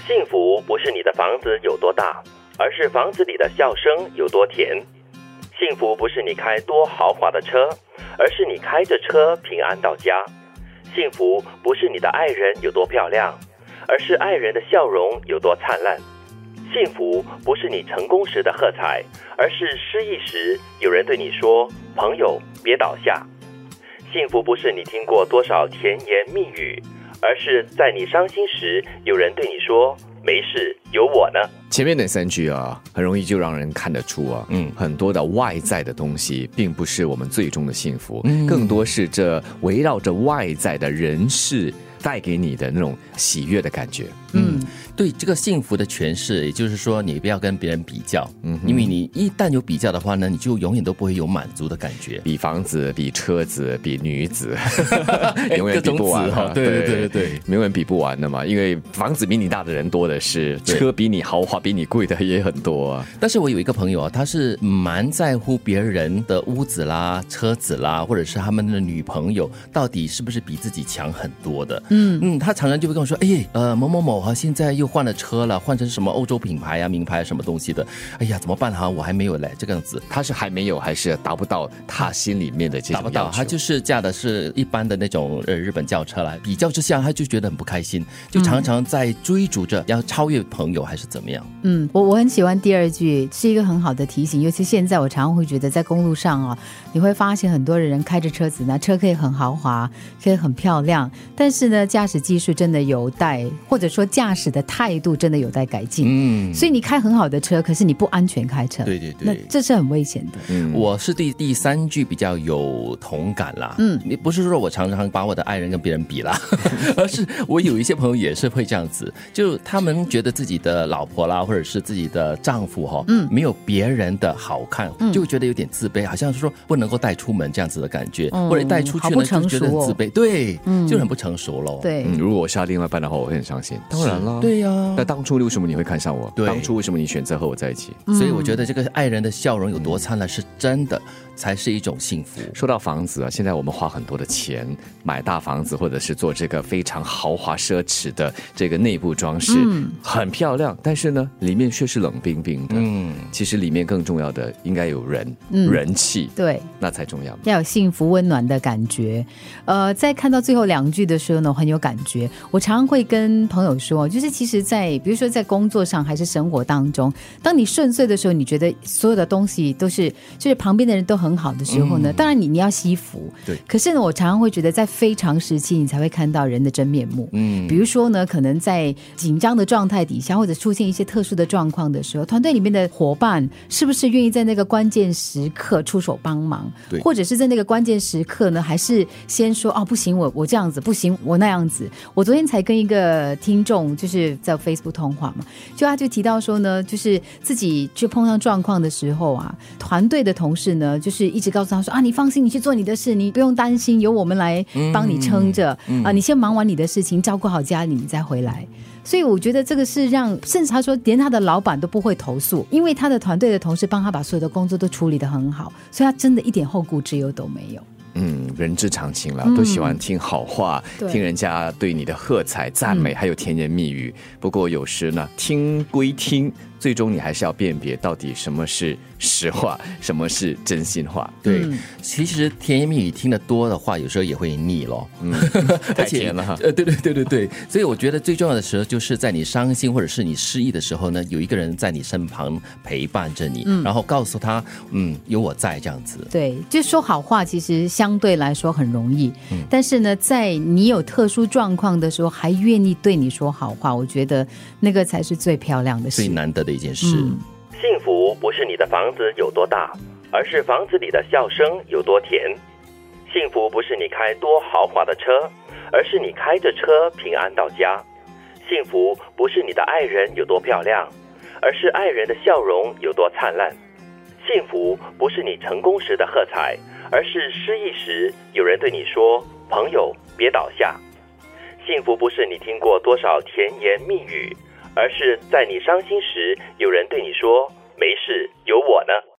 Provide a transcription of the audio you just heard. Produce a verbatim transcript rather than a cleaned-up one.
幸福不是你的房子有多大，而是房子里的笑声有多甜。幸福不是你开多豪华的车，而是你开着车平安到家。幸福不是你的爱人有多漂亮，而是爱人的笑容有多灿烂。幸福不是你成功时的喝彩，而是失意时有人对你说：“朋友，别倒下。”幸福不是你听过多少甜言蜜语，而是在你伤心时有人对你说：“没事，有我呢。” 前面的三句啊，很容易就让人看得出啊，嗯，很多的外在的东西并不是我们最终的幸福，嗯，更多是这围绕着外在的人事带给你的那种喜悦的感觉。 嗯，对这个幸福的诠释，也就是说你不要跟别人比较，嗯，因为你一旦有比较的话呢，你就永远都不会有满足的感觉。 比房子，比车子，比女子永远比不完、啊、 对对对对对， 永远比不完的嘛，因为房子比你大的人多的是，车比你豪华比你贵的也很多啊。 但是我有一个朋友啊，他是蛮在乎别人的屋子啦、车子啦，或者是他们的女朋友到底是不是比自己强很多的。嗯嗯，他常常就会跟我说，哎，呃，某某某啊，现在又换了车了，换成什么欧洲品牌啊、名牌什么东西的，哎呀，怎么办哈？我还没有嘞，这个样子。 他是还没有，还是达不到他心里面的这种要求？ 达不到，他就是驾的是一般的那种呃日本轿车来，比较之下，他就觉得很不开心，就常常在追逐着要超越朋友还是怎么样。 嗯，我我很喜欢第二句，是一个很好的提醒，尤其现在我常常会觉得在公路上啊，你会发现很多人开着车子呢，车可以很豪华，可以很漂亮，但是呢，驾驶技术真的有待，或者说驾驶的态度真的有待改进。嗯，所以你开很好的车，可是你不安全开车， 对对对， 那这是很危险的。 嗯，我是对第三句比较有同感啦。嗯，不是说我常常把我的爱人跟别人比啦，而是我有一些朋友也是会这样子，就他们觉得自己的老婆啦，或者是自己的丈夫哈、哦，嗯，没有别人的好看，嗯、就会觉得有点自卑，好像是说不能够带出门这样子的感觉，嗯、或者带出去呢、哦、就觉得很自卑，对，嗯、就很不成熟咯。 对、 嗯，如果我是他另外一半的话，我会很伤心。当然了， 对呀、啊。 那当初为什么你会看上我？当初为什么你选择和我在一起？ 所以我觉得这个爱人的笑容有多灿烂，是真的才是一种幸福。 说到房子啊，现在我们花很多的钱买大房子，或者是做这个非常豪华奢侈的这个内部装饰，嗯、很漂亮，但是呢，里面却是冷冰冰的。嗯，其实里面更重要的应该有人、嗯、人气， 对， 那才重要。 要有幸福温暖的感觉。呃，在看到最后两句的时候呢，我很有感觉。我常常会跟朋友说，就是其实在比如说在工作上还是生活当中，当你顺遂的时候，你觉得所有的东西都是就是旁边的人都很好的时候呢，嗯、当然你你要惜福， 对。 可是呢，我常常会觉得在非常时期，你才会看到人的真面目。嗯，比如说呢，可能在紧张的状态底下，或者出现一些特殊的状况的时候，团队里面的伙伴是不是愿意在那个关键时刻出手帮忙？对，或者是在那个关键时刻呢，还是先说哦不行，我我这样子不行，我那样子。我昨天才跟一个听众就是在 Facebook 通话嘛，就他就提到说呢，就是自己去碰上状况的时候啊，团队的同事呢，就是一直告诉他说啊，你放心，你去做你的事，你不用担心，由我们来帮你撑着、嗯嗯、啊，你先忙完你的事情，照顾好家里，你再回来。所以我觉得这个是让，甚至他说连他的老板都不会投诉，因为他的团队的同事帮他把所有的工作都处理得很好，所以他真的一点后顾之忧都没有。 嗯，人之常情了，都喜欢听好话、嗯、听人家对你的喝彩赞美、嗯、还有甜言蜜语。不过有时呢，听归听，最终你还是要辨别到底什么是实话，什么是真心话。 对、嗯、其实甜言蜜语听得多的话有时候也会腻咯。嗯， 太甜了哈。 呃，对对对对对，所以我觉得最重要的时候就是在你伤心或者是你失意的时候呢，有一个人在你身旁陪伴着你、嗯、然后告诉他嗯，有我在这样子。 对，就说好话其实相对来说很容易、嗯、但是呢在你有特殊状况的时候还愿意对你说好话，我觉得那个才是最漂亮的事， 最难得的一件事、嗯、 幸福不是你的房子有多大，而是房子里的笑声有多甜。幸福不是你开多豪华的车，而是你开着车平安到家。幸福不是你的爱人有多漂亮，而是爱人的笑容有多灿烂。幸福不是你成功时的喝彩，而是失意时有人对你说：“朋友，别倒下。”幸福不是你听过多少甜言蜜语，而是在你伤心时有人对你说：“没事，有我呢。”